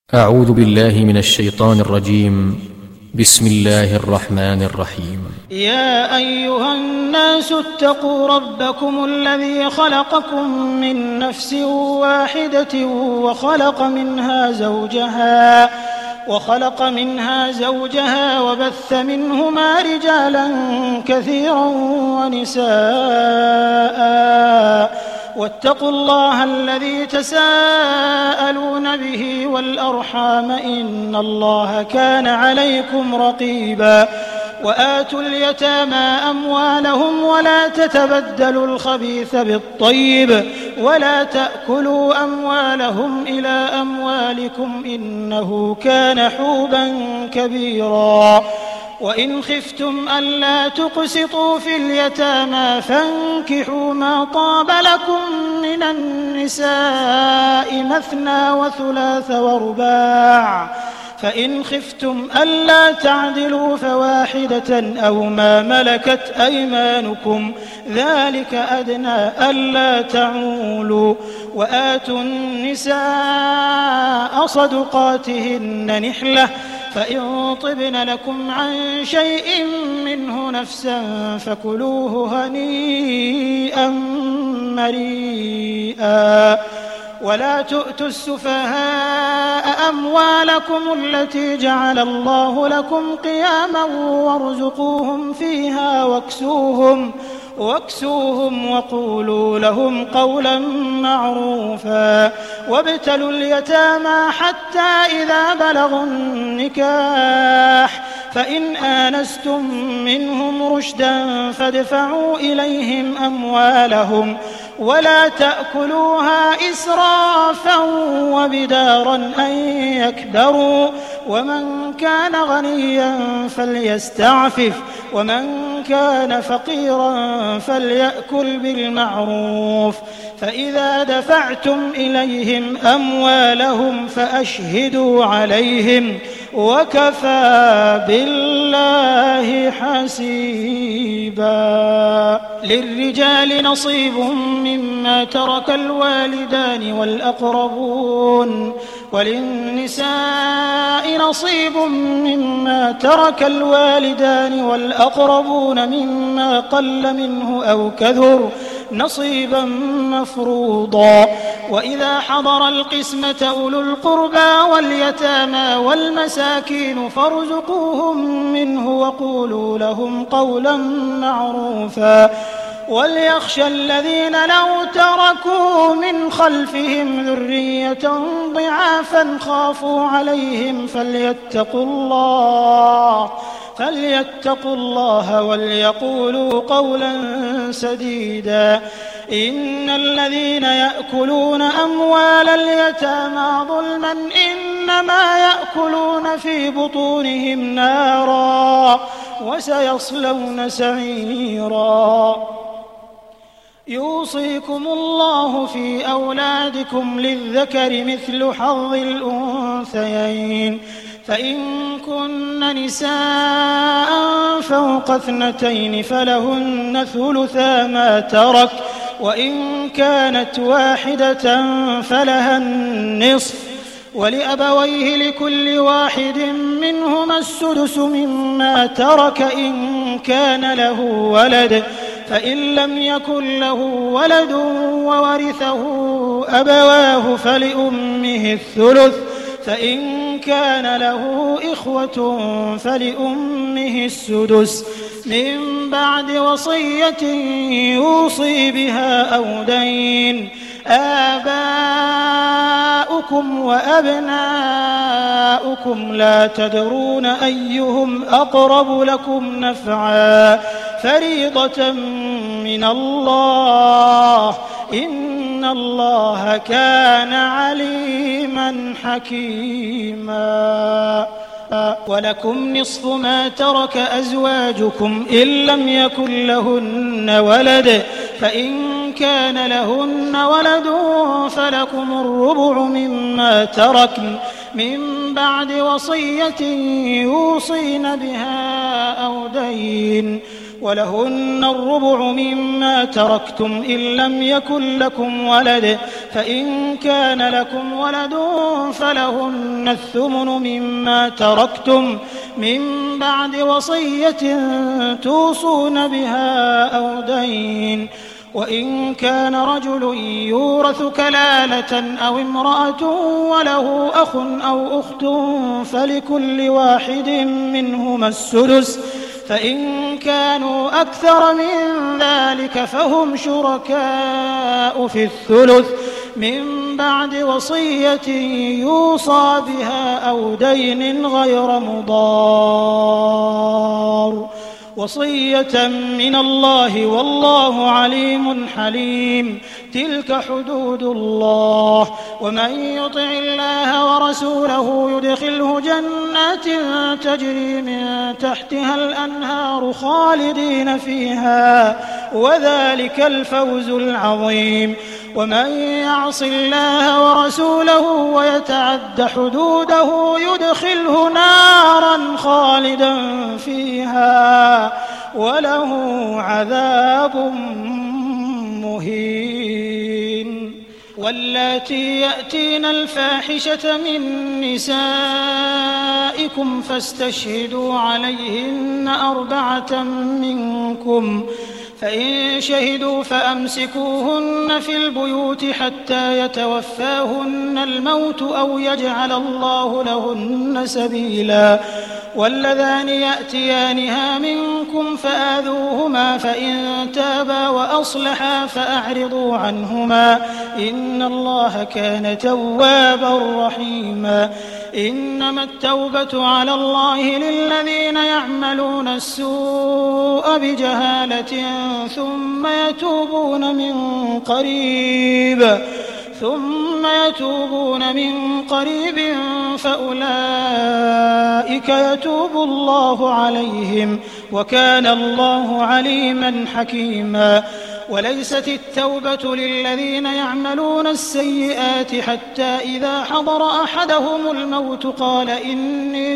أعوذ بالله من الشيطان الرجيم. بسم الله الرحمن الرحيم. يا أيها الناس اتقوا ربكم الذي خلقكم من نفس واحدة وخلق منها زوجها وبث منهما رجالا كثيرا ونساء واتقوا الله الذي تساءلون به والأرحام إن الله كان عليكم رقيبا وآتوا اليتامى أموالهم ولا تتبدلوا الخبيث بالطيب ولا تأكلوا أموالهم إلى أموالكم إنه كان حوبا كبيرا وإن خفتم ألا تقسطوا في اليتامى فانكحوا ما طاب لكم من النساء مثنى وثلاث ورباع فإن خفتم ألا تعدلوا فواحدة أو ما ملكت أيمانكم ذلك أدنى ألا تعولوا وآتوا النساء صدقاتهن نحلة فإن طبن لكم عن شيء منه نفسا فكلوه هنيئا مريئا ولا تؤتوا السفهاء أموالكم التي جعل الله لكم قياما وارزقوهم فيها واكسوهم وقولوا لهم قولا معروفا وابتلوا اليتامى حتى إذا بلغوا النكاح فإن آنستم منهم رشدا فادفعوا إليهم أموالهم ولا تأكلوها إسرافا وبدارا أن يكبروا ومن كان غنيا فليستعفف ومن كان فقيرا فليأكل بالمعروف فإذا دفعتم إليهم أموالهم فأشهدوا عليهم وكفى بالله حسيبا للرجال نصيب مما ترك الوالدان والأقربون وللنساء نصيب مما ترك الوالدان والأقربون مما قل منه أو كثر نصيبا مفروضا وإذا حضر القسمة أولو القربى واليتامى والمساكين فارزقوهم منه وقولوا لهم قولا معروفا وليخشى الذين لو تركوا من خلفهم ذرية ضعافا خافوا عليهم فليتقوا الله وليقولوا قولا سديدا إن الذين يأكلون أموال اليتامى ظلما إنما يأكلون في بطونهم نارا وسيصلون سعيرا يوصيكم الله في أولادكم للذكر مثل حظ الأنثيين فإن كن نساء فوق 2 فلهن ثلثا ما ترك وإن كانت واحدة فلها النصف ولأبويه لكل واحد منهما السدس مما ترك إن كان له ولد فإن لم يكن له ولد وورثه أبواه فلأمه الثلث فإن كان له إخوة فلأمه السدس من بعد وصية يوصي بها أو دين آباؤكم وأبناؤكم لا تدرون أيهم أقرب لكم نفعا فريضة من الله إن الله كان عليما حكيما ولكم نصف ما ترك أزواجكم إن لم يكن لهن ولد فإن كان لهن ولد فلكم الربع مما تركن من بعد وصية يوصين بها أو دين ولهن الربع مما تركتم إن لم يكن لكم ولد فإن كان لكم ولد فلهن الثمن مما تركتم من بعد وصية توصون بها أو دين وإن كان رجل يورث كلالة أو امرأة وله أخ أو أخت فلكل واحد منهما السدس فإن كانوا أكثر من ذلك فهم شركاء في الثلث من بعد وصية يوصى بها أو دين غير مضار وصية من الله والله عليم حليم تلك حدود الله ومن يطع الله ورسوله يدخله جنات تجري من تحتها الأنهار خالدين فيها وذلك الفوز العظيم ومن يعص الله ورسوله ويتعد حدوده يدخله نارا خالدا فيها وله عذاب مهين واللاتي يأتين الفاحشة من نسائكم فاستشهدوا عليهن 4 منكم فإن شهدوا فأمسكوهن في البيوت حتى يتوفاهن الموت أو يجعل الله لهن سبيلا واللذان يأتيانها منكم فآذوهما فإن تابا وأصلحا فأعرضوا عنهما إن الله كان توابا رحيما إنما التوبة على الله للذين يعملون السوء بجهالة ثم يتوبون من قريب فأولئك يتوب الله عليهم وكان الله عليما حكيما وليست التوبة للذين يعملون السيئات حتى إذا حضر أحدهم الموت قال إني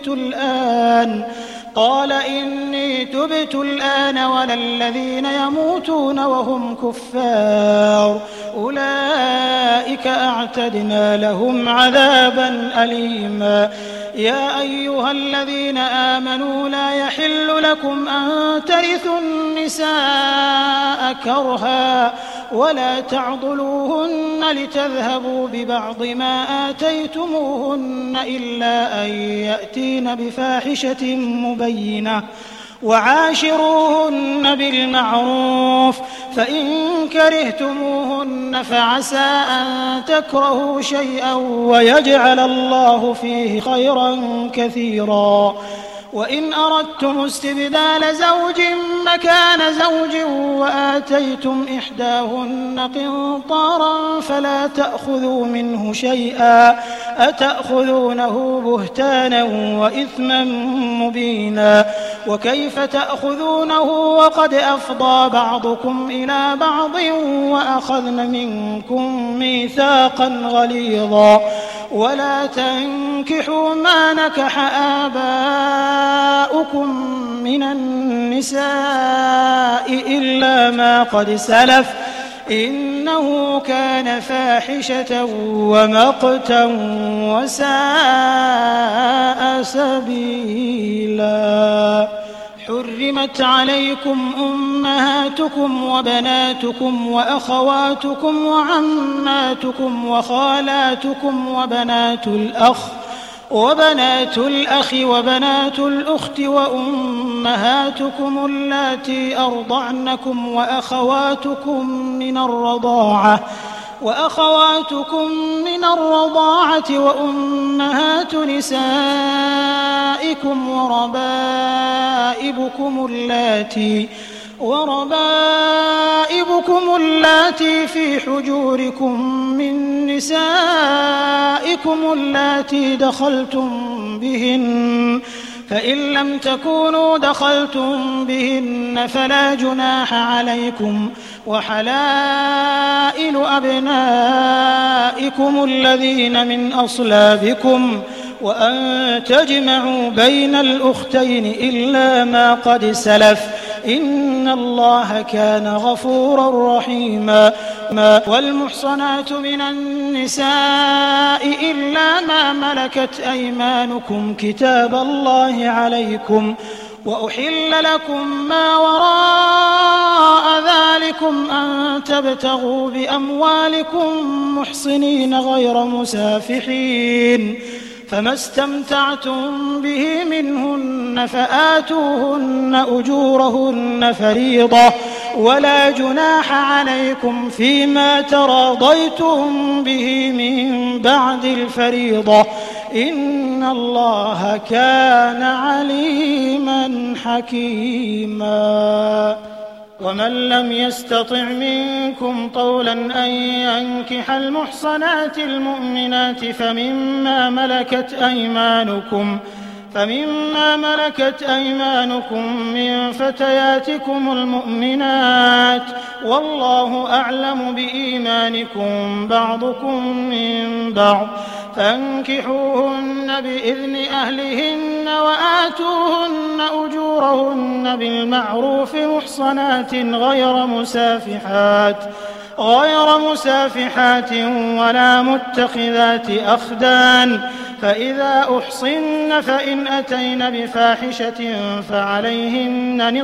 تبت الآن ولا الذين يموتون وهم كفار أولئك أعتدنا لهم عذابا أليما يا أيها الذين آمنوا لا يحل لكم أن ترثوا النساء كرها ولا تعضلوهن لتذهبوا ببعض ما آتيتموهن إلا أن يأتين بفاحشة مبينة وعاشروهن بالمعروف فإن كرهتموهن فعسى أن تكرهوا شيئا ويجعل الله فيه خيرا كثيرا وإن أردتم استبدال زوج مكان زوج وآتيتم إحداهن قنطارا فلا تأخذوا منه شيئا أتأخذونه بهتانا وإثما مبينا وكيف تأخذونه وقد أفضى بعضكم إلى بعض وأخذن منكم ميثاقا غليظا ولا تنكحوا ما نكح آباؤكم من النساء إلا ما قد سلف إنه كان فاحشة ومقتا وساء سبيلا حرمت عليكم أمهاتكم وبناتكم وأخواتكم وعماتكم وخالاتكم وبنات الأخ وبنات الأخت وأمهاتكم اللاتي أرضعنكم وأخواتكم من الرضاعة وأمهات نسائكم وربائبكم اللاتي في حجوركم من نسائكم اللاتي دخلتم بهن فإن لم تكونوا دخلتم بهن فلا جناح عليكم وحلائل أبنائكم الذين من أصلابكم وأن تجمعوا بين الأختين إلا ما قد سلف إن الله كان غفورا رحيما. والمحصنات من النساء إلا ما ملكت أيمانكم كتاب الله عليكم، وأحل لكم ما وراء ذلكم أن تبتغوا بأموالكم محصنين غير مسافحين، فما استمتعتم به منهن فآتوهن أجورهن فريضة، ولا جناح عليكم فيما تراضيتم به من بعد الفريضة، إن الله كان عليما حكيما. ومن لم يستطع منكم طولا أن ينكح المحصنات المؤمنات فمما ملكت أيمانكم من فتياتكم المؤمنات، والله أعلم بإيمانكم بعضكم من بعض، فانكحوهن بإذن أهلهن وآتوهن أجورهن بالمعروف محصنات غير مسافحات ولا متخذات أخدان، فإذا أحصن فإن أتين بفاحشة فعليهن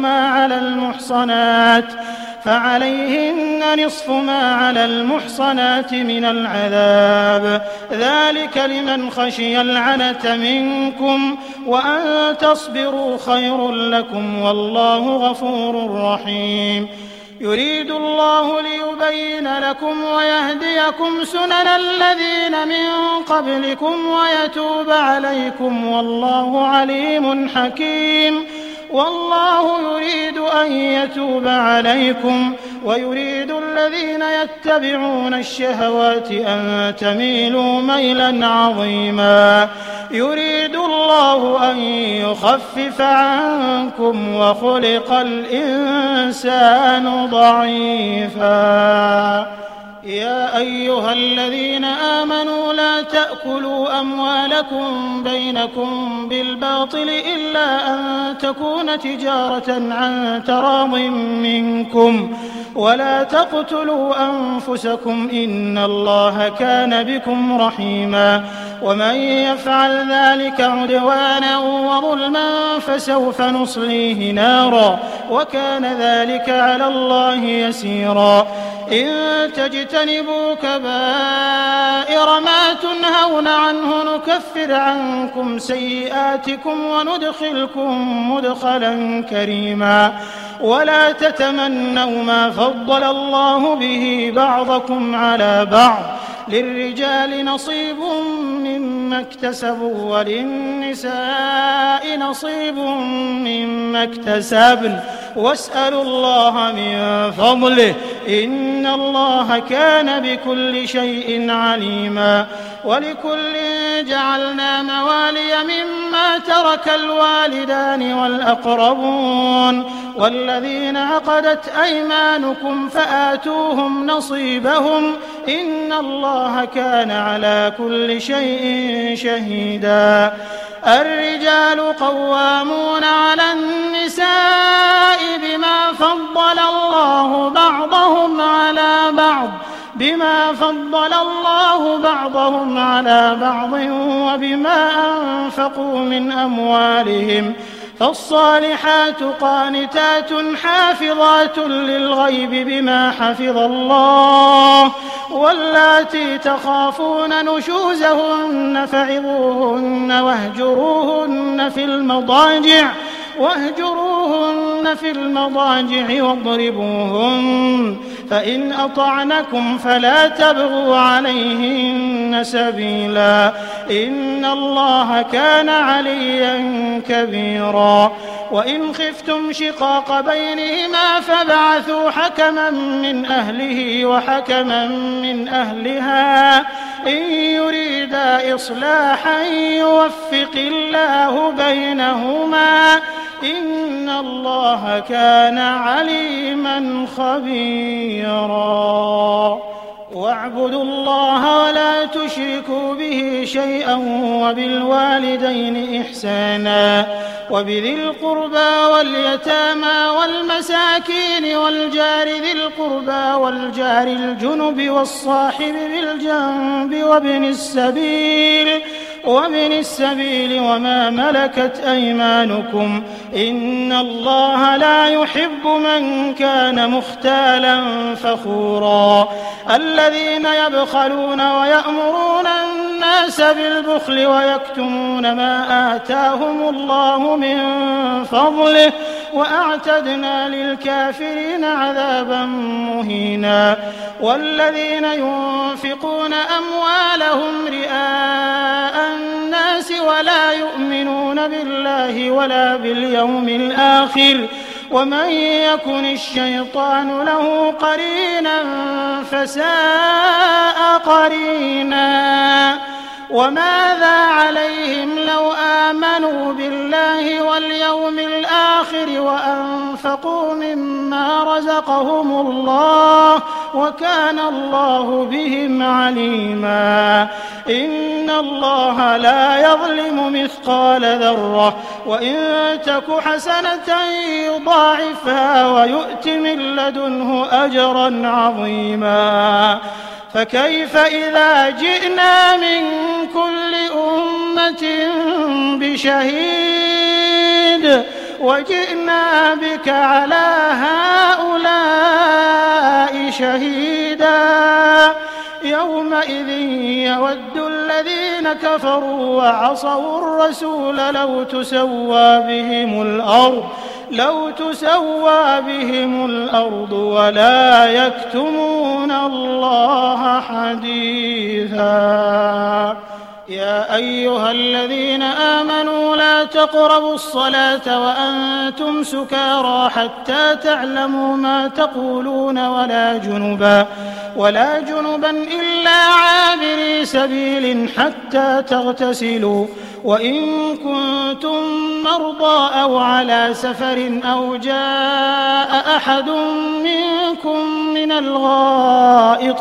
نصف ما على المحصنات من العذاب، ذلك لمن خشي العنة منكم، وأن تصبروا خير لكم، والله غفور رحيم. يريد الله ليبين لكم ويهديكم سنن الذين من قبلكم ويتوب عليكم، والله عليم حكيم. والله يريد أن يتوب عليكم ويريد الذين يتبعون الشهوات أن تميلوا ميلا عظيما. يريد الله أن يخفف عنكم وخلق الإنسان ضعيفا. يا أيها الذين آمنوا لا تأكلوا أموالكم بينكم بالباطل إلا أن تكون تجارة عن تراض منكم، ولا تقتلوا أنفسكم إن الله كان بكم رحيما. ومن يفعل ذلك عدوانا وظلما فسوف نصليه نارا، وكان ذلك على الله يسيرا. إن تجتنبوا كبائر ما تنهون عنه نكفر عنكم سيئاتكم وندخلكم مدخلا كريما. ولا تتمنوا ما فضل الله به بعضكم على بعض، للرجال نصيب مما اكتسبوا وللنساء نصيب مما اكتسبن، واسألوا الله من فضله إن الله كان بكل شيء عليما. ولكل جعلنا موالي مما ترك الوالدان والأقربون والذين عقدت أيمانكم فآتوهم نصيبهم إن الله كان على كل شيء شهيدا. الرجال قوامون على النساء بما فضل الله بعضهم على بعض وبما أنفقوا من أموالهم، فالصالحات قانتات حافظات للغيب بما حفظ الله، واللاتي تخافون نشوزهن فعظوهن واهجروهن في المضاجع واضربوهن، فإن أطعنكم فلا تبغوا عليهن سبيلا إن الله كان عليا كبيرا. وإن خفتم شقاق بينهما فابعثوا حكما من أهله وحكما من أهلها إن يريدا إصلاحا يوفق الله بينهما إن الله كان عليما خبيرا. واعبدوا الله ولا تشركوا به شيئا وبالوالدين إحسانا وبذي القربى واليتامى والمساكين والجار ذي القربى والجار الجنب والصاحب بالجنب وابن السبيل وما ملكت أيمانكم إن الله لا يحب من كان مختالا فخورا الذين يبخلون ويأمرون الناس بالبخل ويكتمون ما آتاهم الله من فضله وأعتدنا للكافرين عذابا مهينا والذين ينفقون أموالهم رئاء الناس ولا يؤمنون بالله ولا باليوم الآخر ومن يكن الشيطان له قرينا فساء قرينا وماذا عليهم لو آمنوا بالله واليوم الآخر وأنفقوا مما رزقهم الله وكان الله بهم عليما إن الله لا يظلم مثقال ذرة وإن تك حسنة يضاعفها ويؤت من لدنه أجرا عظيما فكيف إذا جئنا من كل أمة بشهيد وجئنا بك على هؤلاء شهيدا يومئذ يود الذين كفروا وعصوا الرسول لو تسوى بهم الأرض ولا يكتمون الله حديثا يا أيها الذين آمنوا لا تقربوا الصلاة وأنتم سكارى حتى تعلموا ما تقولون ولا جنبا إلا عابري سبيل حتى تغتسلوا وإن كنتم مرضى أو على سفر أو جاء أحد منكم من الغائط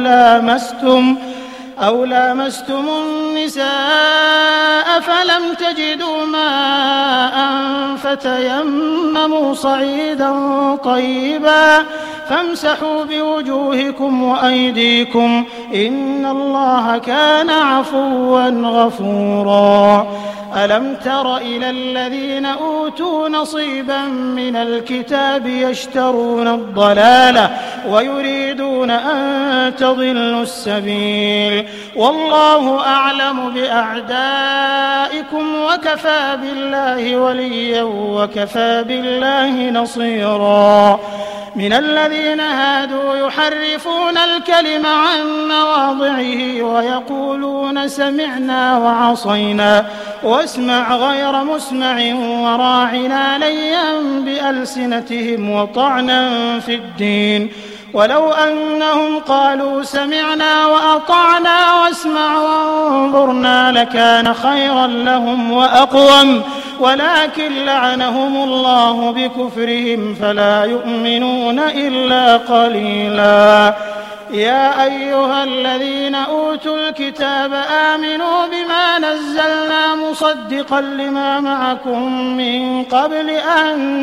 أو لامستم النساء فلم تجدوا ماء فتيمموا صعيدا طيبا فامسحوا بوجوهكم وأيديكم إن الله كان عفوا غفورا ألم تر إلى الذين أوتوا نصيبا من الكتاب يشترون الضلالة ويريدون أن تضلوا السبيل والله أعلم بأعدائكم وكفى بالله وليا وكفى بالله نصيرا من الذين هادوا يحرفون الكلم عن مواضعه ويقولون سمعنا وعصينا واسمع غير مسمع وراعنا ليا بألسنتهم وطعنا في الدين ولو أنهم قالوا سمعنا وأطعنا واسمع وانظرنا لكان خيرا لهم وأقوم ولكن لعنهم الله بكفرهم فلا يؤمنون إلا قليلا يا أيها الذين أوتوا الكتاب آمنوا بما نزلنا مصدقا لما معكم من قبل أن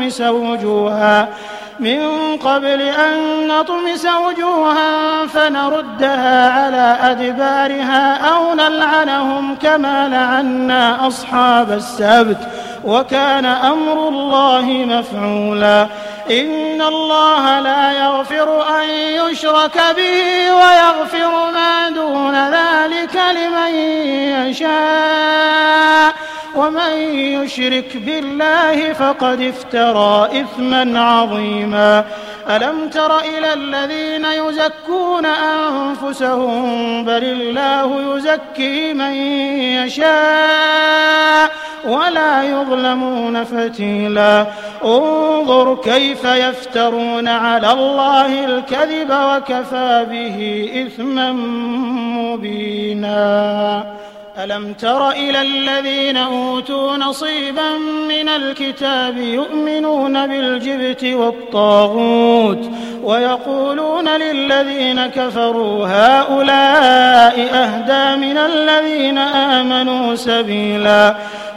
نطمس وجوها فنردها على أدبارها أو نلعنهم كما لعنا أصحاب السبت وكان أمر الله مفعولا إن الله لا يغفر أن يشرك به ويغفر ما دون ذلك لمن يشاء ومن يشرك بالله فقد افترى إثما عظيما ألم تر إلى الذين يزكون أنفسهم بل الله يزكي من يشاء ولا يظلمون فتيلا انظر كيف يفترون على الله الكذب وكفى به إثما مبينا ألم تر إلى الذين أوتوا نصيبا من الكتاب يؤمنون بالجبت والطاغوت ويقولون للذين كفروا هؤلاء أهدى من الذين آمنوا سبيلا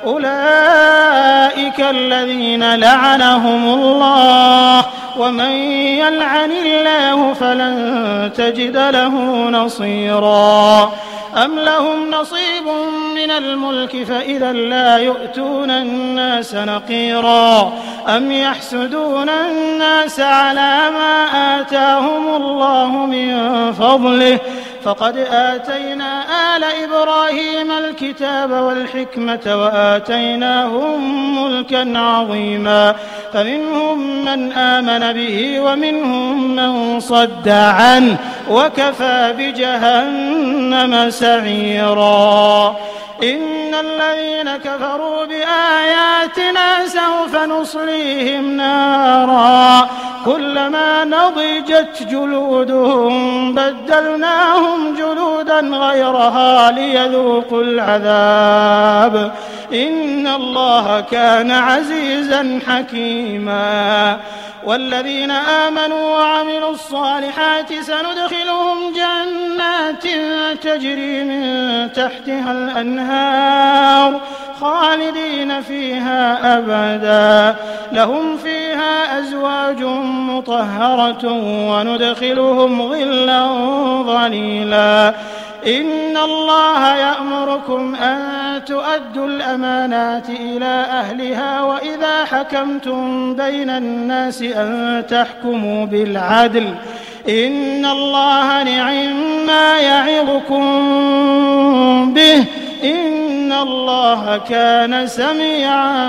أولئك الذين لعنهم الله ومن يلعن الله فلن تجد له نصيرا أم لهم نصيب من الملك فإذا لا يؤتون الناس نقيرا أم يحسدون الناس على ما آتاهم الله من فضله فقد آتينا آل إبراهيم الكتاب والحكمة وآتيناهم ملكا عظيما فمنهم من آمن به ومنهم من صد عنه وكفى بجهنم سعيرا إن الذين كفروا بآياتنا سوف نصليهم نارا كلما نضجت جلودهم بدلناهم جلودا غيرها ليذوقوا العذاب إن الله كان عزيزا حكيما والذين آمنوا وعملوا الصالحات سندخلهم جنات تجري من تحتها الأنهار خالدين فيها أبدا لهم فيها أزواج مطهرة وندخلهم ظلا ظليلا إن الله يأمركم أن تؤدوا الأمانات إلى أهلها وإذا حكمتم بين الناس أن تحكموا بالعدل إن الله نعم يعظكم به إن الله كان سميعا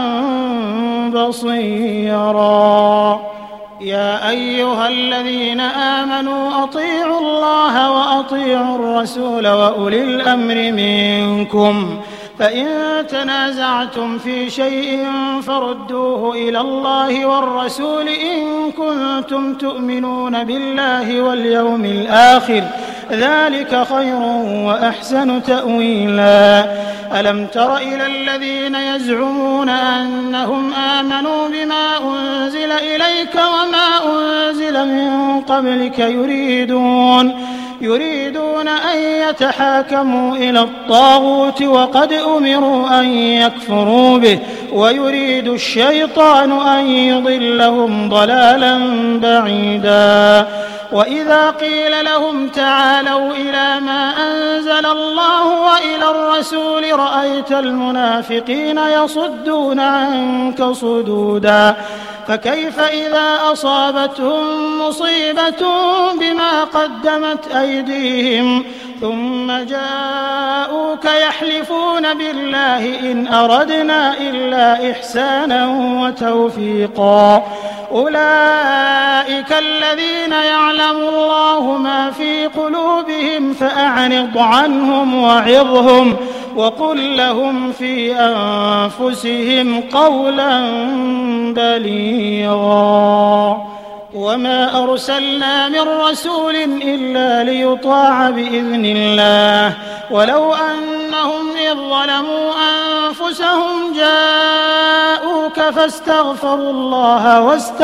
بصيرا يا أيها الذين آمنوا أطيعوا الله وأطيعوا الرسول وأولي الأمر منكم فإن تنازعتم في شيء فردوه إلى الله والرسول إن كنتم تؤمنون بالله واليوم الآخر ذلك خير وأحسن تأويلا ألم تر إلى الذين يزعمون أنهم آمنوا بما أنزل إليك وما أنزل من قبلك يريدون أن يتحاكموا إلى الطاغوت وقد أمروا أن يكفروا به ويريد الشيطان أن يضلهم ضلالا بعيدا وإذا قيل لهم تعالوا إلى ما أنزل الله وإلى الرسول رأيت المنافقين يصدون عنك صدودا فكيف إذا أصابتهم مصيبة بما قدمت أيديهم ثم جاءوك يحلفون بالله إن أردنا إلا إحسانا وتوفيقا أولئك الذين يعلم الله ما في قلوبهم فأعرض عنهم وعظهم وقل لهم في أنفسهم قولا بليغا وما أرسلنا من رسول إلا ليطاع بإذن الله ولو أنهم إذ ظلموا أنفسهم جاءوك فاستغفروا الله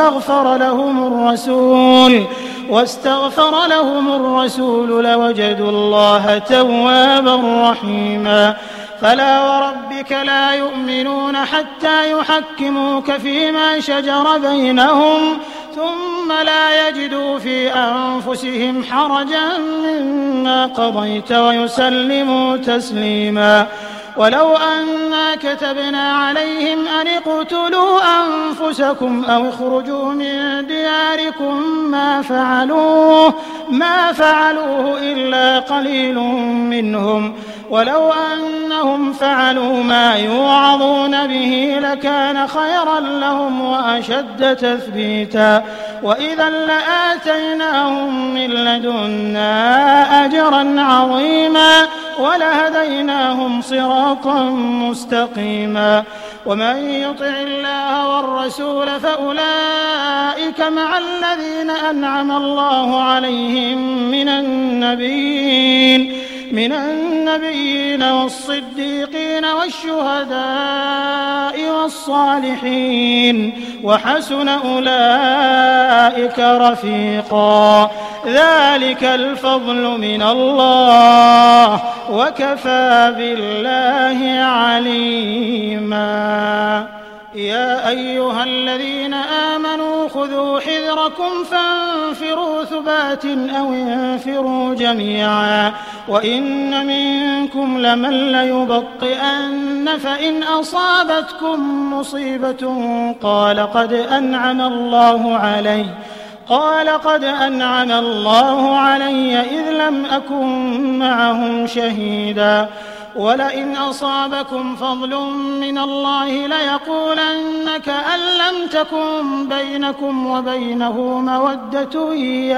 واستغفر لهم الرسول لوجدوا الله توابا رحيما فلا وربك لا يؤمنون حتى يحكموك فيما شجر بينهم ثم لا يجدوا في أنفسهم حرجا مما قضيت ويسلموا تسليما ولو أنا كتبنا عليهم أن اقتلوا أنفسكم أو اخرجوا من دياركم ما فعلوه إلا قليل منهم ولو أنهم فعلوا ما يوعظون به لكان خيرا لهم وأشد تثبيتا وإذا لآتيناهم من لدنا أجرا عظيما ولهديناهم صراطا مستقيما ومن يطع الله والرسول فأولئك مع الذين أنعم الله عليهم من النبيين من النبيين والصديقين والشهداء والصالحين وحسن أولئك رفيقا ذلك الفضل من الله وكفى بالله عليما يا أيها الذين آمنوا خذوا حذركم فانفروا ثبات أو انفروا جميعا وإن منكم لمن ليبطئن فإن أصابتكم مصيبة قال قد أنعم الله علي إذ لم أكن معهم شهيدا ولئن أصابكم فضل من الله ليقولن كأن لم تكن بينكم وبينه مودة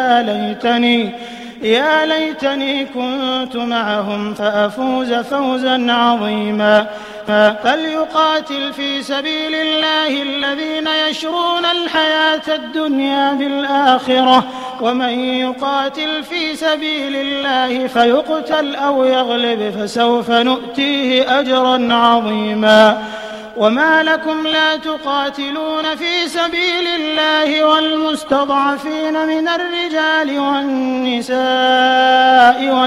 يا ليتني كنت معهم فأفوز فوزا عظيما فليقاتل في سبيل الله الذين يشرون الحياة الدنيا بالآخرة ومن يقاتل في سبيل الله فيقتل أو يغلب فسوف نؤتيه أجرا عظيما وما لكم لا تقاتلون في سبيل الله والمستضعفين من الرجال والنساء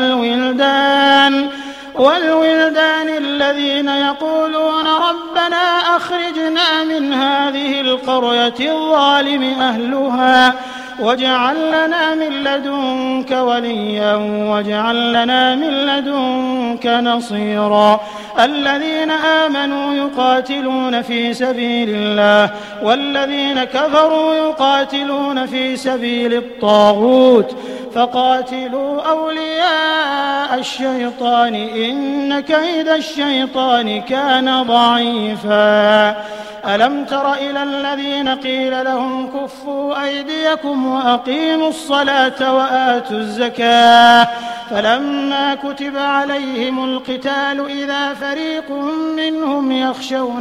والولدان الذين يقولون ربنا أخرجنا من هذه القرية الظالم أهلها واجعل لنا من لدنك وليا واجعل لنا من لدنك نصيرا الذين آمنوا يقاتلون في سبيل الله والذين كفروا يقاتلون في سبيل الطاغوت فقاتلوا أولياء الشيطان إن كيد الشيطان كان ضعيفا ألم تر إلى الذين قيل لهم كفوا أيديكم وأقيموا الصلاة وآتوا الزكاة فلما كتب عليهم القتال إذا فريق منهم يخشون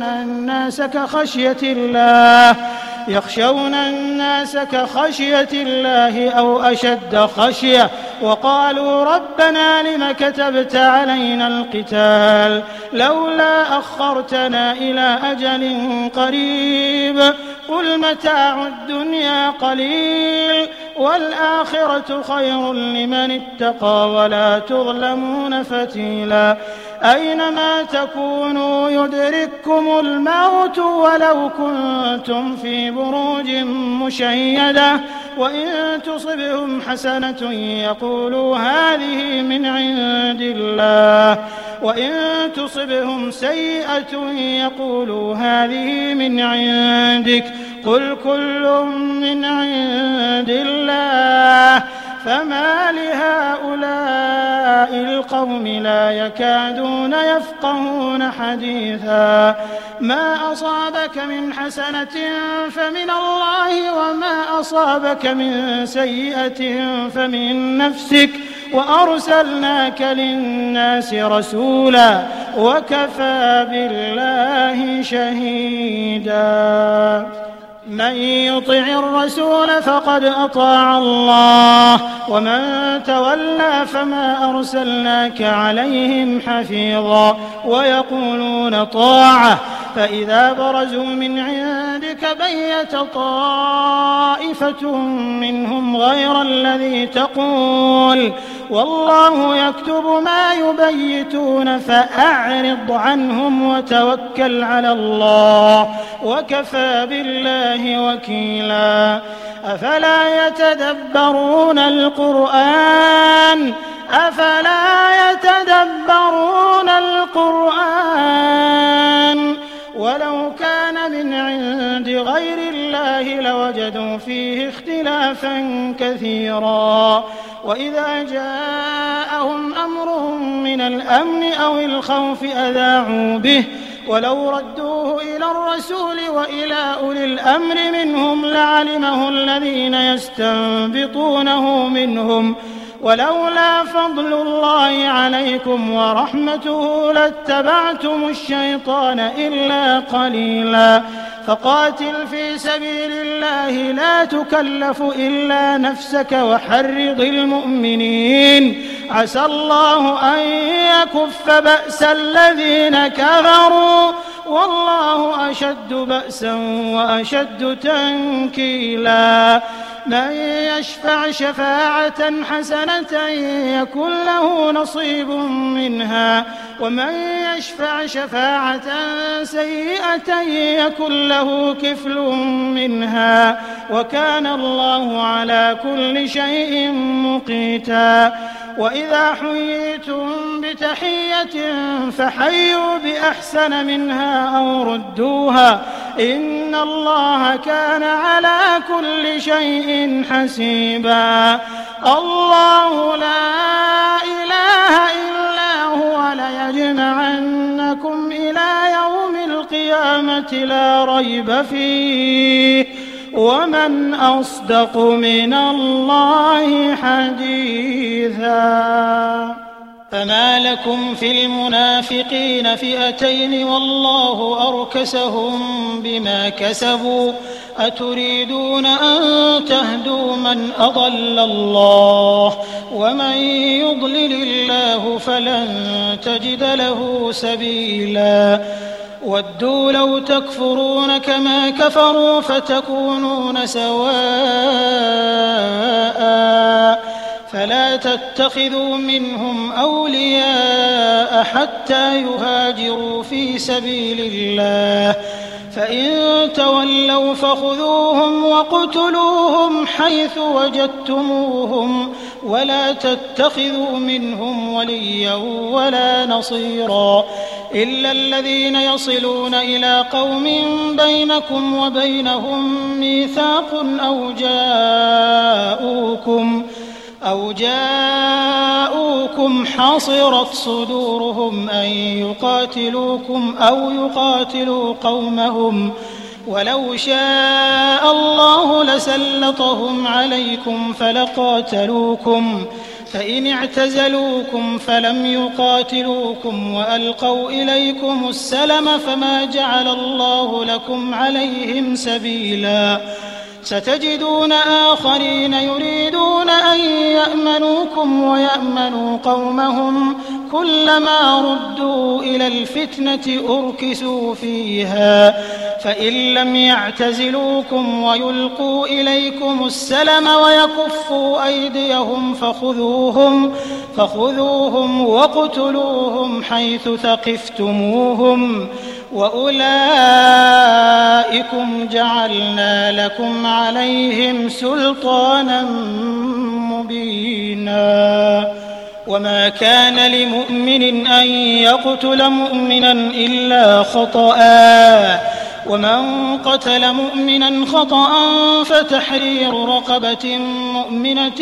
الناس كخشية الله أو أشد خشية وقالوا ربنا لم كتبت علينا القتال لولا أخرتنا إلى أجل قريب قل متاع الدنيا قليل والآخرة خير لمن اتقى ولا تظلمون فتيلا أينما تكونوا يدرككم الموت ولو كنتم في بروج مشيدة وإن تصبهم حسنة يقولوا هذه من عند الله وإن تصبهم سيئة يقولوا هذه من عندك قل كل من عند الله فما لهؤلاء القوم لا يكادون يفقهون حديثا ما أصابك من حسنة فمن الله وما أصابك من سيئة فمن نفسك وأرسلناك للناس رسولا وكفى بالله شهيدا من يطع الرسول فقد أطاع الله ومن تولى فما أرسلناك عليهم حفيظا ويقولون طاعة فإذا برزوا من عندك بيت طائفة منهم غير الذي تقول والله يكتب ما يبيتون فأعرض عنهم وتوكل على الله وكفى بالله وكيلا أفلا يتدبرون القرآن ولو كان من عند غير الله لوجدوا فيه اختلافا كثيرا وإذا جاءهم أمر من الأمن أو الخوف أذاعوا به ولو ردوه إلى الرسول وإلى أولي الأمر منهم لعلمه الذين يستنبطونه منهم ولولا فضل الله عليكم ورحمته لاتبعتم الشيطان إلا قليلا فقاتل في سبيل الله لا تكلف إلا نفسك وحرض المؤمنين عسى الله أن يكف بأس الذين كفروا والله أشد بأسا وأشد تنكيلا من يشفع شفاعة حسنة يكن له نصيب منها ومن يشفع شفاعة سيئة يكن له كفل منها وكان الله على كل شيء مقيتا وإذا حييتم بتحية فحيوا بأحسن منها أو ردوها إن الله كان على كل شيء حسيبا الله لا إله إلا هو ليجمعنكم إلى يوم القيامة لا ريب فيه ومن أصدق من الله حديثا فما لكم في المنافقين فئتين والله أركسهم بما كسبوا أتريدون أن تهدوا من أضل الله ومن يضلل الله فلن تجد له سبيلا ودوا لو تكفرون كما كفروا فتكونون سواء فلا تتخذوا منهم أولياء حتى يهاجروا في سبيل الله فإن تولوا فخذوهم وقتلوهم حيث وجدتموهم ولا تتخذوا منهم وليا ولا نصيرا إلا الذين يصلون إلى قوم بينكم وبينهم ميثاق أو جاءوكم حصرت صدورهم أن يقاتلوكم أو يقاتلوا قومهم ولو شاء الله لسلطهم عليكم فلقاتلوكم فإن اعتزلوكم فلم يقاتلوكم وألقوا إليكم السلم فما جعل الله لكم عليهم سبيلا ستجدون آخرين يريدون أن يأمنوكم ويأمنوا قومهم كلما ردوا إلى الفتنة أركسوا فيها فإن لم يعتزلوكم ويلقوا إليكم السلم ويكفوا أيديهم فخذوهم واقتلوهم حيث ثقفتموهم وأولئكم جعلنا لكم عليهم سلطانا مبينا وما كان لمؤمن أن يقتل مؤمنا إلا خطأ ومن قتل مؤمنا خطأ فتحرير رقبة مؤمنة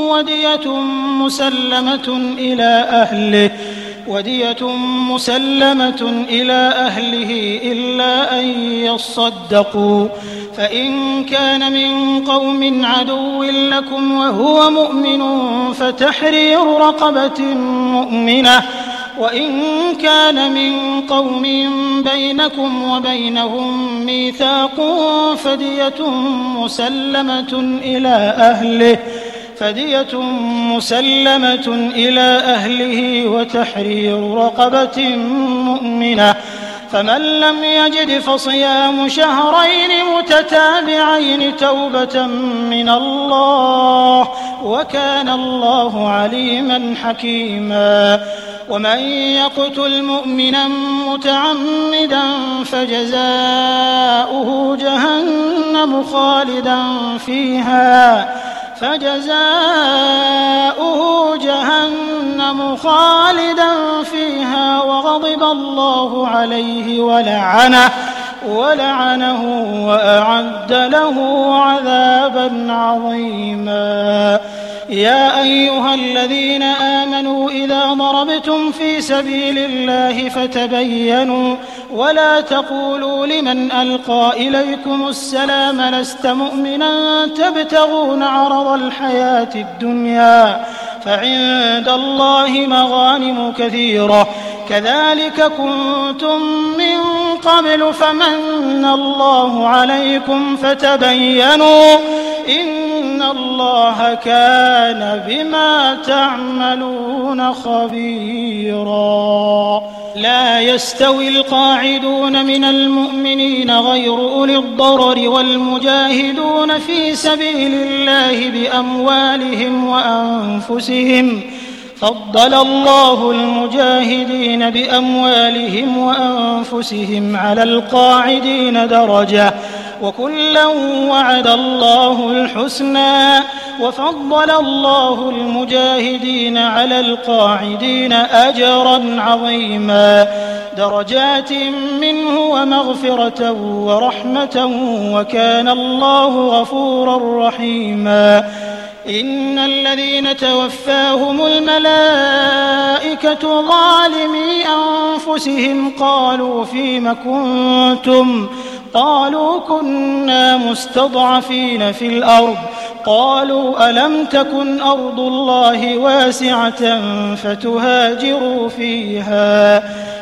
ودية مسلمة إلى أهله إلا أن يصدقوا فإن كان من قوم عدو لكم وهو مؤمن فتحرير رقبة مؤمنة وإن كان من قوم بينكم وبينهم ميثاق فدية مسلمة إلى أهله وتحرير رقبة مؤمنة فمن لم يجد فصيام شهرين متتابعين توبة من الله وكان الله عليما حكيما ومن يقتل مؤمنا متعمدا فجزاؤه جهنم خالدا فيها وغضب الله عليه ولعنه وأعد له عذابا عظيما يا أيها الذين آمنوا إذا ضربتم في سبيل الله فتبينوا ولا تقولوا لمن ألقى إليكم السلام لست مؤمنا تبتغون عرض الحياة الدنيا فعند الله مغانم كثيرة كذلك كنتم من قبل فمن الله عليكم فتبينوا إن الله كان بما تعملون خبيرا. لا يستوي القاعدون من المؤمنين غير أولي الضرر والمجاهدون في سبيل الله بأموالهم وأنفسهم. فضل الله المجاهدين بأموالهم وأنفسهم على القاعدين درجة، وكلا وعد الله الحسنى، وفضل الله المجاهدين على القاعدين أجرا عظيما، درجات منه ومغفرة ورحمة، وكان الله غفورا رحيما. إن الذين توفاهم الملائكة ظالمي أنفسهم قالوا فيم كنتم؟ قالوا كنا مستضعفين في الأرض. قالوا ألم تكن أرض الله واسعة فتهاجروا فيها؟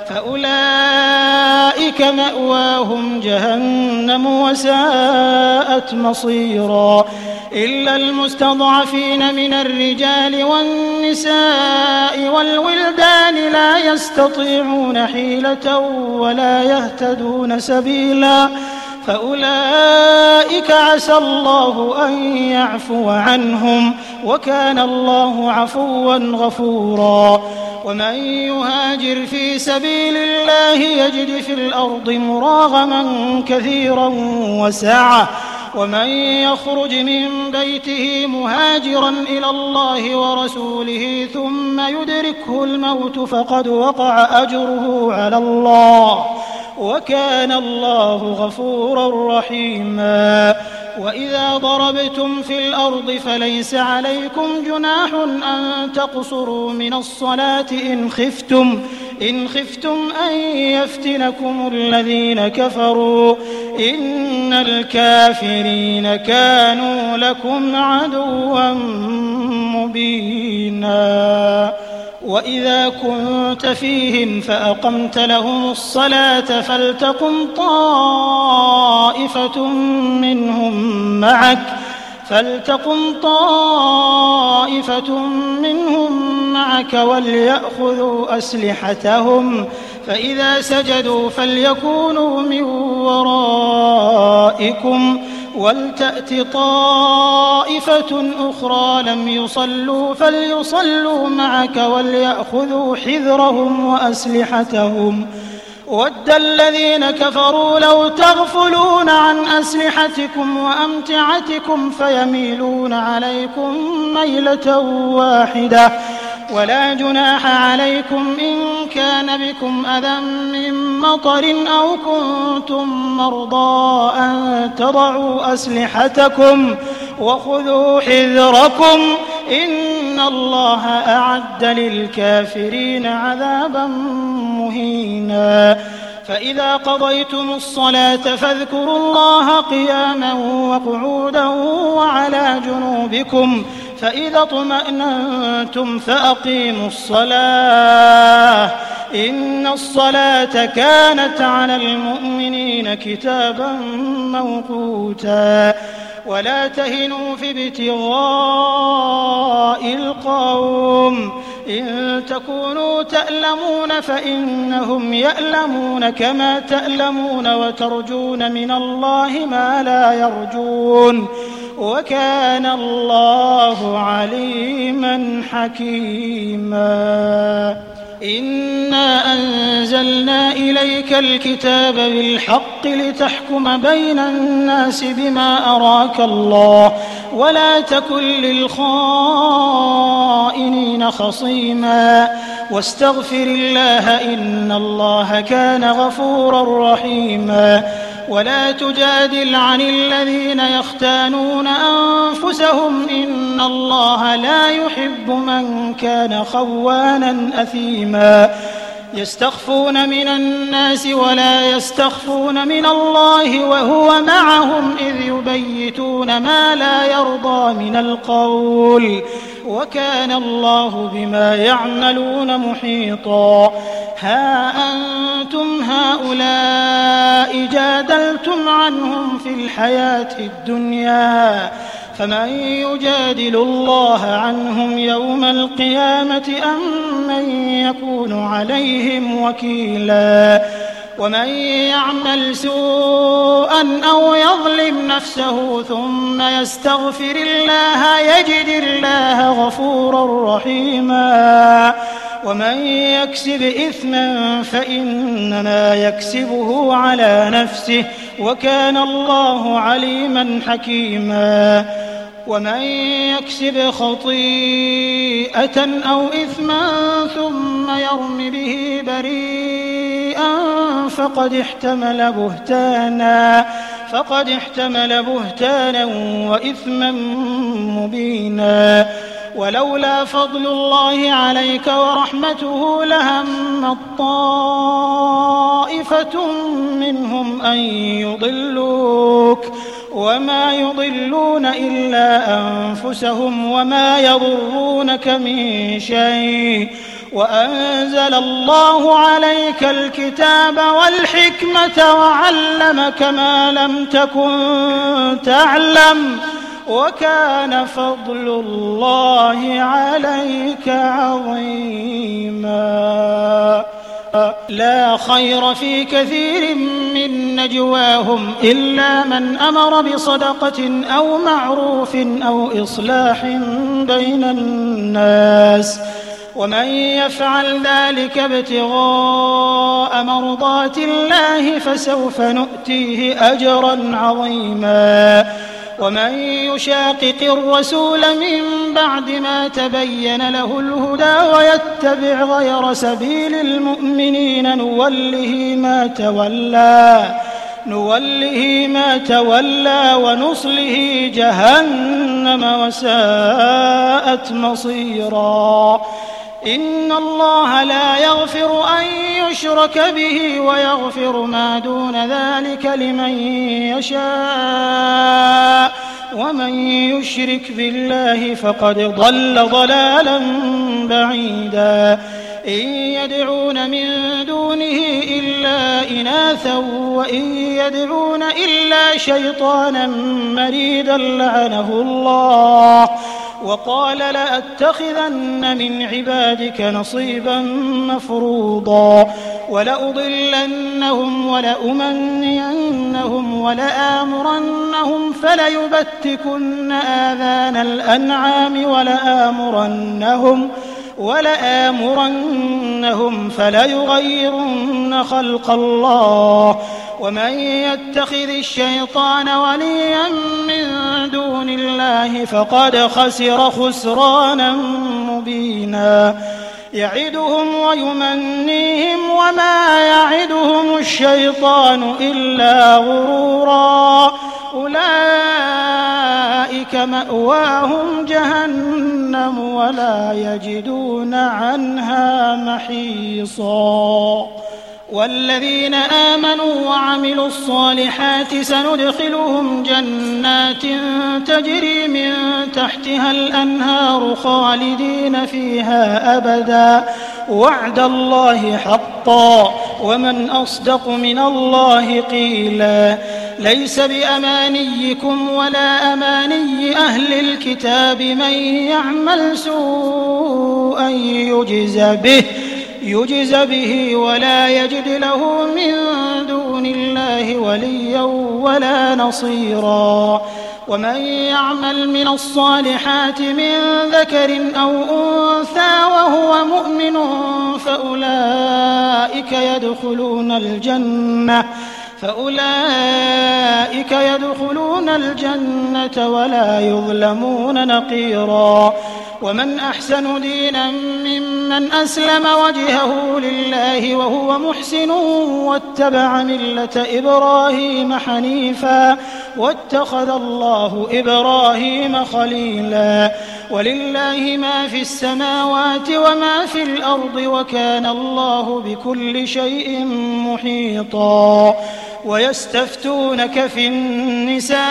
فأولئك مأواهم جهنم وساءت مصيرا. إلا المستضعفين من الرجال والنساء والولدان لا يستطيعون حيلة ولا يهتدون سبيلا، فأولئك عسى الله أن يعفو عنهم، وكان الله عفوا غفورا. ومن يهاجر في سبيل الله يجد في الأرض مراغما كثيرا وسعة، ومن يخرج من بيته مهاجرا إلى الله ورسوله ثم يدركه الموت فقد وقع أجره على الله، وكان الله غفورا رحيما. وإذا ضربتم في الأرض فليس عليكم جناح أن تقصروا من الصلاة إن خفتم أن يفتنكم الذين كفروا، إن الكافرين كانوا لكم عدوا مبينا. وإذا كنت فيهم فأقمت لهم الصلاة فلتقم طائفة منهم معك وليأخذوا أسلحتهم، فإذا سجدوا فليكونوا من ورائكم ولتأت طائفة أخرى لم يصلوا فليصلوا معك وليأخذوا حذرهم وأسلحتهم. ود الذين كفروا لو تغفلون عن أسلحتكم وأمتعتكم فيميلون عليكم ميلة واحدة. ولا جناح عليكم إن كان بكم أذى من مطر أو كنتم مرضى أن تضعوا أسلحتكم وخذوا حذركم، إن الله أعد للكافرين عذابا مهينا. فإذا قضيتم الصلاة فاذكروا الله قياما وقعودا وعلى جنوبكم، فإذا اطمأننتم فأقيموا الصلاة، إن الصلاة كانت على المؤمنين كتابا موقوتا. ولا تهنوا في ابتغاء القوم، إن تكونوا تألمون فإنهم يألمون كما تألمون وترجون من الله ما لا يرجون، وكان الله عليما حكيما. إنا أنزلنا إليك الكتاب بالحق لتحكم بين الناس بما أراك الله، ولا تكن للخائنين خصيما، واستغفر الله إن الله كان غفورا رحيما. ولا تجادل عن الذين يختانون أنفسهم، إن الله لا يحب من كان خوانا أثيما. يستخفون من الناس ولا يستخفون من الله وهو معهم إذ يبيتون ما لا يرضى من القول، وكان الله بما يعملون محيطا. ها أنتم هؤلاء جادلتم عنهم في الحياة الدنيا، فمن يجادل الله عنهم يوم القيامة أم من يكون عليهم وكيلا ومن يعمل سوءا أو يظلم نفسه ثم يستغفر الله يجد الله غفورا رحيما ومن يكسب إثما فإنما يكسبه على نفسه وكان الله عليما حكيما ومن يكسب خطيئة أو إثما ثم يرم به بريئا فقد احتمل بهتانا وإثما مبينا ولولا فضل الله عليك ورحمته لهم طائفة منهم أن يضلوك وما يضلون إلا أنفسهم وما يضرونك من شيء وأنزل الله عليك الكتاب والحكمة وعلمك ما لم تكن تعلم وكان فضل الله عليك عظيما لا خير في كثير من نجواهم إلا من أمر بصدقة أو معروف أو إصلاح بين الناس ومن يفعل ذلك ابتغاء مرضات الله فسوف نؤتيه أجرا عظيما ومن يشاقق الرسول من بعد ما تبين له الهدى ويتبع غير سبيل المؤمنين نوله ما تولى ونصله جهنم وساءت مصيرا إن الله لا يغفر أن يشرك به ويغفر ما دون ذلك لمن يشاء ومن يشرك بالله فقد ضل ضلالا بعيدا إن يدعون من دونه إلا إناثا وإن يدعون إلا شيطانا مريدا لعنه الله وقال لأتخذن من عبادك نصيبا مفروضا ولأضلنهم ولأمنينهم ولآمرنهم فليبتكن آذان الأنعام ولآمرنهم فليغيرن خلق الله ومن يتخذ الشيطان وليا من دون الله فقد خسر خسرانا مبينا يعدهم ويمنيهم وما يعدهم الشيطان إلا غرورا أولئك مأواهم جهنم ولا يجدون عنها محيصا والذين آمنوا وعملوا الصالحات سندخلهم جنات تجري من تحتها الأنهار خالدين فيها أبدا وعد الله حقا ومن أصدق من الله قيلا ليس بأمانيكم ولا أماني أهل الكتاب من يعمل سوءا يجز به ولا يجد له من دون الله وليا ولا نصيرا ومن يعمل من الصالحات من ذكر أو أنثى وهو مؤمن فأولئك يدخلون الجنة ولا يظلمون نقيرا ومن أحسن دينا ممن أسلم وجهه لله وهو محسن واتبع ملة إبراهيم حنيفا واتخذ الله إبراهيم خليلا ولله ما في السماوات وما في الأرض وكان الله بكل شيء محيطا ويستفتونك في النساء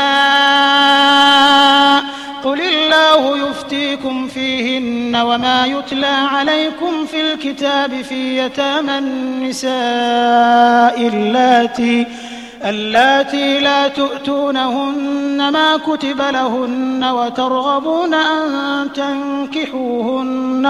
قل الله يفتيكم فيهن وما يتلى عليكم في الكتاب في يتامى النساء اللاتي لا تؤتونهن ما كتب لهن وترغبون أن تنكحوهن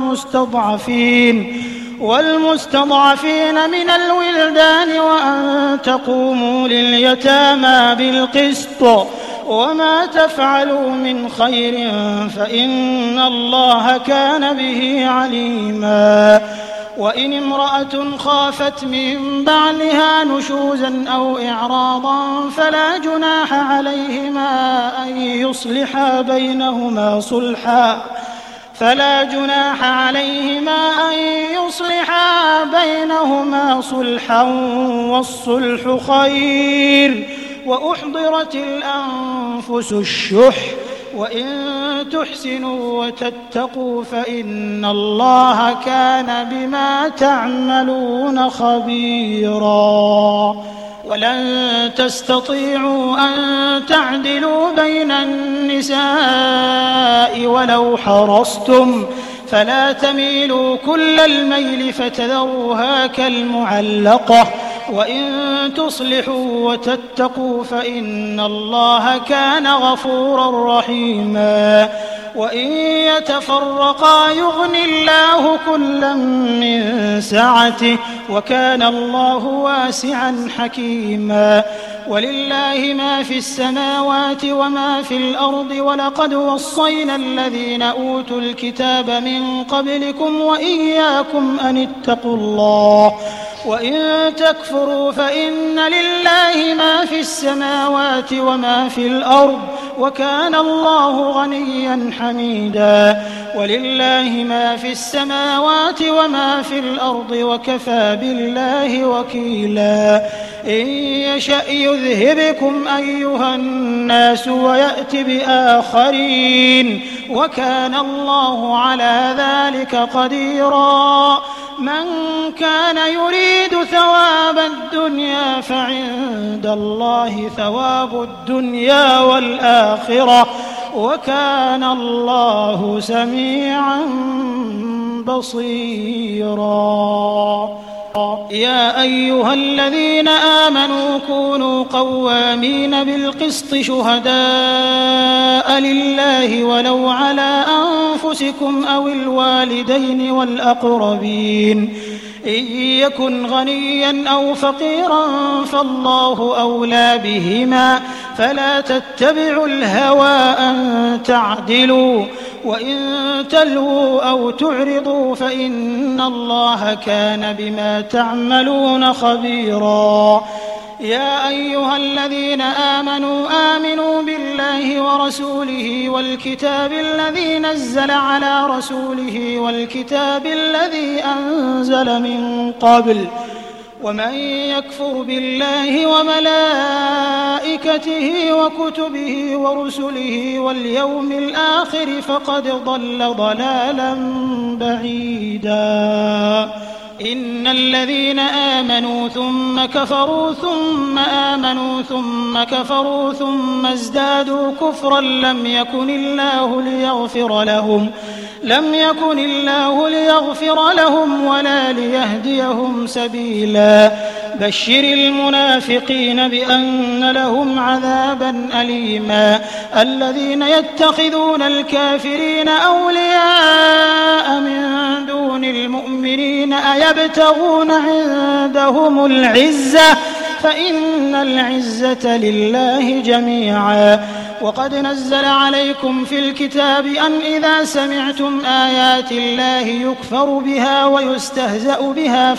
والمستضعفين من الولدان وأن تقوموا لليتامى بالقسط وما تفعلوا من خير فإن الله كان به عليما وإن امرأة خافت من بعلها نشوزا أو إعراضا فلا جناح عليهما أن يصلحا بينهما صلحا والصلح خير وأحضرت الأنفس الشح وإن تحسنوا وتتقوا فإن الله كان بما تعملون خبيرا ولن تستطيعوا أن تعدلوا بين النساء ولو حرصتم فلا تميلوا كل الميل فتذروها كالمعلقة وإن تصلحوا وتتقوا فإن الله كان غفورا رحيما وإن يتفرقا يغن الله كلا من سعته وكان الله واسعا حكيما ولله ما في السماوات وما في الأرض ولقد وصينا الذين أوتوا الكتاب من قبلكم وإياكم أن اتقوا الله وإن تكفروا فإن لله ما في السماوات وما في الأرض وكان الله غنيا حميدا ولله ما في السماوات وما في الأرض وكفى بالله وكيلا إن يشأ يذهبكم أيها الناس ويأت بآخرين وكان الله على ذلك قديرا من كان يريد ثواب الدنيا فعند الله ثواب الدنيا والآخرة وكان الله سميعا بصيرا يا أيها الذين آمنوا كونوا قوامين بالقسط شهداء لله ولو على أنفسكم أو الوالدين والأقربين إن يكن غنيا أو فقيرا فالله أولى بهما فلا تتبعوا الهوى أن تعدلوا وإن تلووا أو تعرضوا فإن الله كان بما تعملون خبيرا يا أيها الذين آمنوا بالله ورسوله والكتاب الذي نزل على رسوله والكتاب الذي أنزل من قبل ومن يكفر بالله وملائكته وكتبه ورسله واليوم الآخر فقد ضل ضلالا بعيدا إن الذين آمنوا ثم كفروا ثم آمنوا ثم كفروا ثم ازدادوا كفرا لم يكن الله ليغفر لهم ولا ليهديهم سبيلا بشر المنافقين بأن لهم عذابا أليما الذين يتخذون الكافرين أولياء من دون المؤمنين أيبتغون عندهم العزة فإن العزة لله جميعا وقد نزل عليكم في الكتاب أن إذا سمعتم آيات الله يكفر بها ويستهزأ بها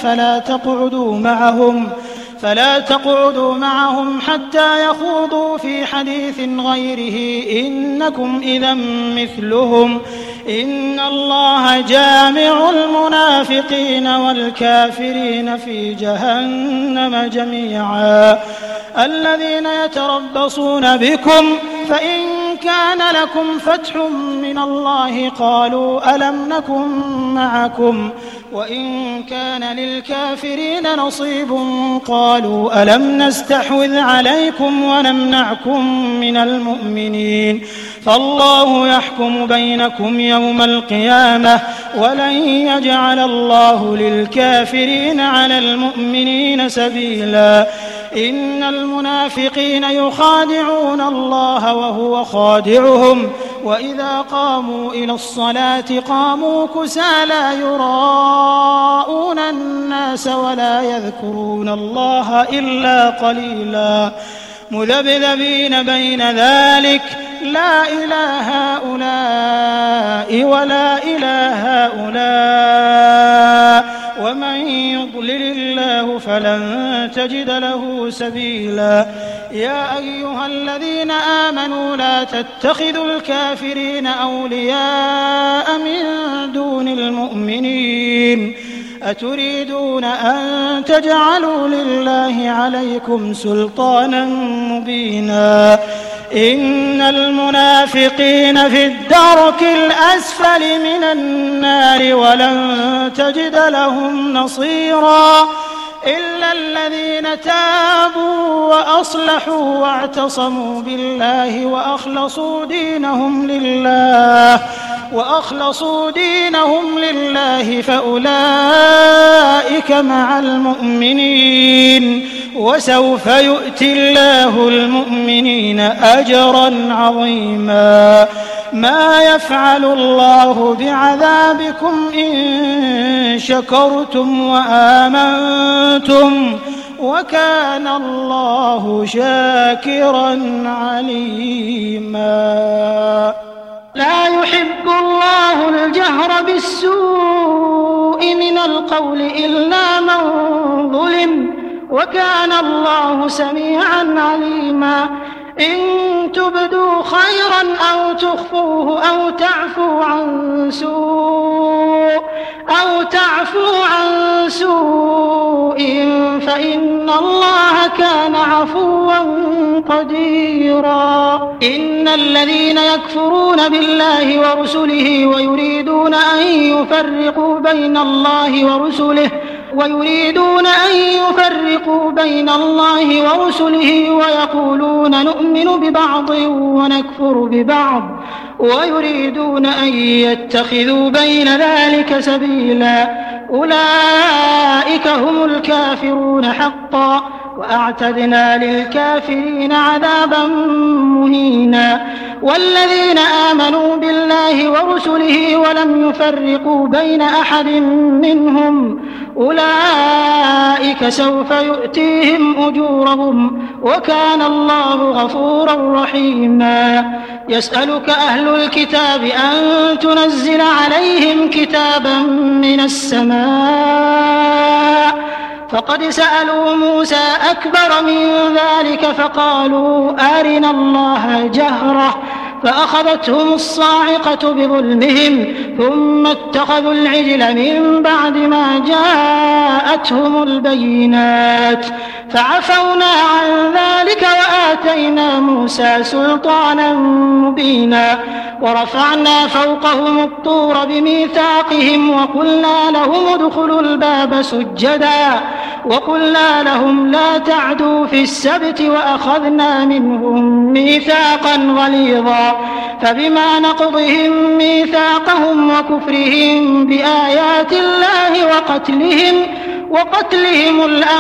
فلا تقعدوا معهم حتى يخوضوا في حديث غيره إنكم إذا مثلهم إن الله جامع المنافقين والكافرين في جهنم جميعا الذين يتربصون بكم فإن كان لكم فتح من الله قالوا ألم نكن معكم وإن كان للكافرين نصيب قالوا ألم نستحوذ عليكم ونمنعكم من المؤمنين فالله يحكم بينكم يوم القيامة ولن يجعل الله للكافرين على المؤمنين سبيلا إن المنافقين يخادعون الله وهو خادعهم وإذا قاموا إلى الصلاة قاموا كسالى يراءون الناس ولا يذكرون الله إلا قليلا مذبذبين بين ذلك لا إله هؤلاء ولا إله هؤلاء ومن يضلل الله فلن تجد له سبيلا يا أيها الذين آمنوا لا تتخذوا الكافرين أولياء من دون المؤمنين أتريدون أن تجعلوا لله عليكم سلطانا مبينا إن المنافقين في الدرك الأسفل من النار ولن تجد لهم نصيرا إلا الذين تابوا وأصلحوا واعتصموا بالله وأخلصوا دينهم لله فأولئك مع المؤمنين وسوف يؤتي الله المؤمنين أجرا عظيما ما يفعل الله بعذابكم إن شكرتم وآمنتم وكان الله شاكرا عليما لا يحب الله الجهر بالسوء من القول إلا من ظلم وكان الله سميعا عليما إن تبدوا خيرا أو تخفوه أو تعفو عن سوء فإن الله كان عفوا قديرا إن الذين يكفرون بالله ورسله ويريدون أن يفرقوا بين الله ورسله ويقولون نؤمن ببعض ونكفر ببعض ويريدون أن يتخذوا بين ذلك سبيلا أولئك هم الكافرون حقا وأعتدنا للكافرين عذابا مهينا والذين آمنوا بالله ورسله ولم يفرقوا بين أحد منهم أولئك سوف يؤتيهم أجورهم وكان الله غفورا رحيما يسألك أهل الكتاب أن تنزل عليهم كتابا من السماء فقد سألوا موسى أكبر من ذلك فقالوا أرنا الله جهرة فأخذتهم الصاعقة بظلمهم ثم اتخذوا العجل من بعد ما جاءتهم البينات فعفونا عن ذلك وآتينا موسى سلطانا مبينا ورفعنا فوقهم الطور بميثاقهم وقلنا لهم ادخلوا الباب سجدا وقلنا لهم لا تعدوا في السبت وأخذنا منهم ميثاقا غليظا فبما نقضهم ميثاقهم وكفرهم بآيات الله وقتلهم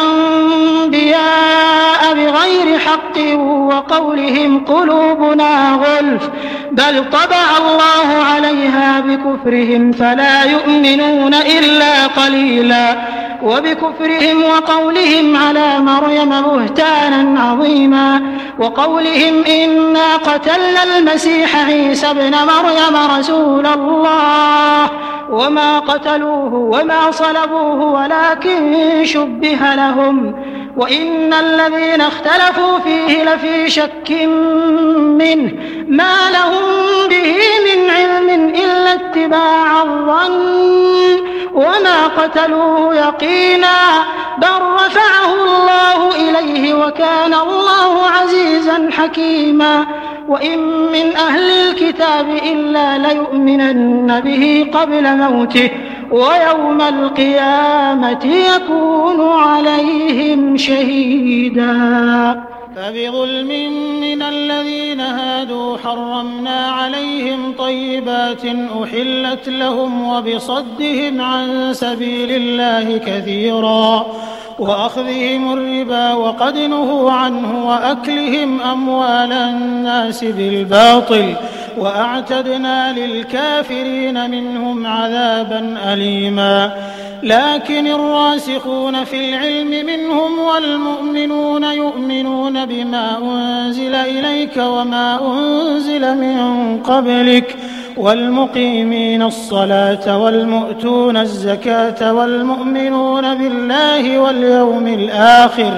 الأنبياء بغير حق وقولهم قلوبنا غلف بل طبع الله عليها بكفرهم فلا يؤمنون إلا قليلا وبكفرهم وقولهم على مريم بهتانا عظيما وقولهم إنا قتلنا المسيح عيسى ابن مريم رسول الله وما قتلوه وما صلبوه ولكن شبه لهم وإن الذين اختلفوا فيه لفي شك منه ما لهم به من علم إلا اتباع الظن وما قتلوه يقينا بل رفعه الله إليه وكان الله عزيزا حكيما وإن من أهل الكتاب إلا ليؤمنن به قبل موته ويوم القيامة يكون عليهم شهيدا فبظلم من الذين هادوا حرمنا عليهم طيبات أحلت لهم وبصدهم عن سبيل الله كثيرا وأخذهم الربا وقد نهوا عنه وأكلهم أموال الناس بالباطل وأعتدنا للكافرين منهم عذابا أليما. لكن الراسخون في العلم منهم والمؤمنون يؤمنون بما أنزل إليك وما أنزل من قبلك والمقيمين الصلاة والمؤتون الزكاة والمؤمنون بالله واليوم الآخر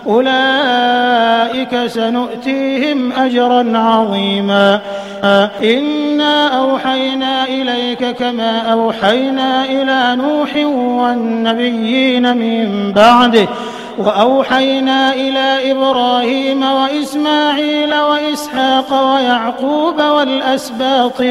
أولئك سنؤتيهم أجرا عظيما. إنا أوحينا إليك كما أوحينا إلى نوح والنبيين من بعده وأوحينا إلى إبراهيم وإسماعيل وإسحاق ويعقوب والأسباط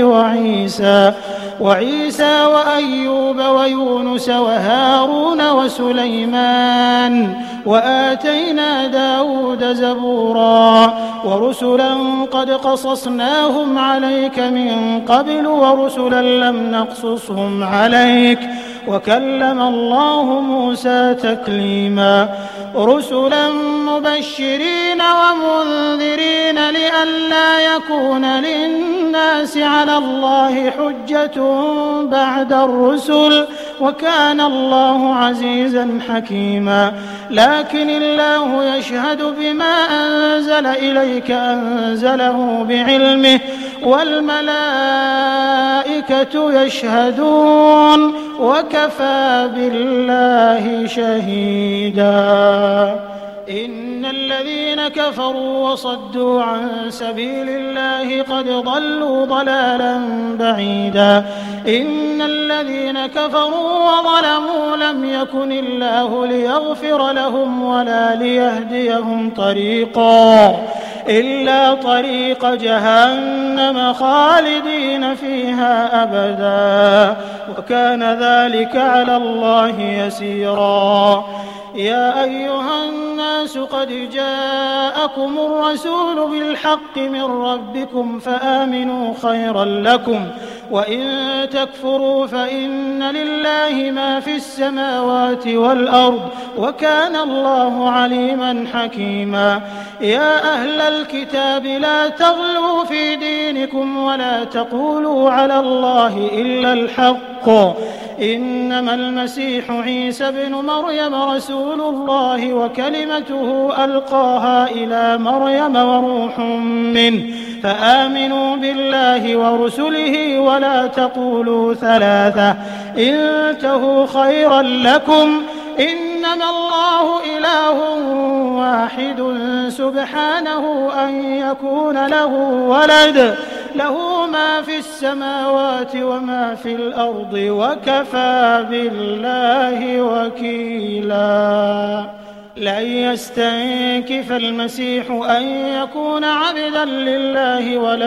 وعيسى وأيوب ويونس وهارون وسليمان وآتينا داود زبورا ورسلا قد قصصناهم عليك من قبل ورسلا لم نقصصهم عليك وكلم الله موسى تكليما. رسلا مبشرين ومنذرين لئلا يكون للناس على الله حجة بعد الرسل وكان الله عزيزا حكيما. لكن الله يشهد بما أنزل إليك أنزله بعلمه والملائكة يشهدون وكفى بالله شهيدا. إن الذين كفروا وصدوا عن سبيل الله قد ضلوا ضلالا بعيدا. إن الذين كفروا وظلموا لم يكن الله ليغفر لهم ولا ليهديهم طريقا إلا طريق جهنم خالدين فيها أبدا وكان ذلك على الله يسيرا. يا أيها الناس قد جاءكم الرسول بالحق من ربكم فآمنوا خيرا لكم وإن تكفروا فإن لله ما في السماوات والأرض وكان الله عليما حكيما. يا أهل الكتاب لا تغلوا في دينكم ولا تقولوا على الله إلا الحق إنما المسيح عيسى بن مريم رسول الله وكلمته ألقاها إلى مريم وروح منه فآمنوا بالله ورسله ولا تقولوا ثلاثة انتهوا خيرا لكم إنما الله إله واحد سبحانه أن يكون له ولد له ما في السماوات وما في الأرض وكفى بالله وكيلا. لن يستنكف المسيح أن يكون عبدا لله ولا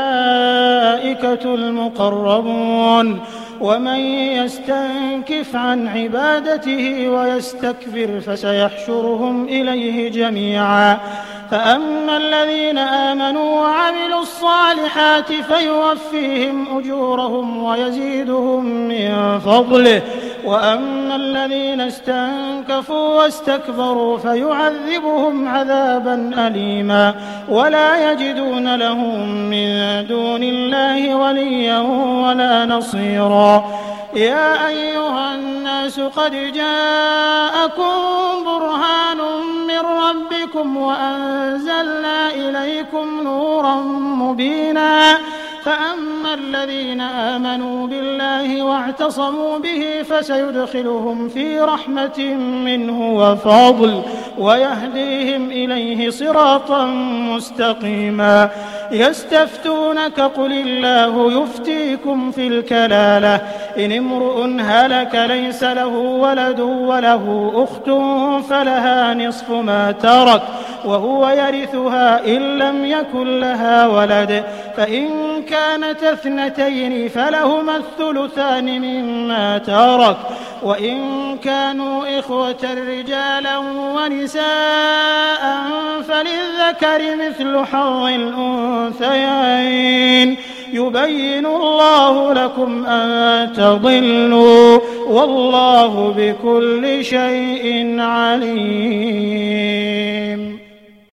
الملائكة المقربون ومن يستنكف عن عبادته ويستكبر فسيحشرهم إليه جميعا. فأما الذين آمنوا وعملوا الصالحات فيوفيهم أجورهم ويزيدهم من فضله وأما الذين استنكفوا واستكبروا فيعذبهم عذابا أليما ولا يجدون لهم من دون الله وليا ولا نصيرا. يا أيها الناس قد جاءكم برهان من ربكم وأنزلنا إليكم نورا مبينا فأما الذين آمنوا بالله واعتصموا به فسيدخلهم في رحمة منه وفضل ويهديهم إليه صراطا مستقيما. يستفتونك قل الله يفتيكم في الكلالة إن امرؤ هلك ليس له ولد وله أخت فلها نصف ما ترك وهو يرثها إن لم يكن لها ولد فإن كانت اثنتين فلهما الثلثان مما ترك وإن كانوا إخوة رجالا ونساء فللذكر للذكر مثل حظ الأنثيين يبين الله لكم أن تضلوا والله بكل شيء عليم.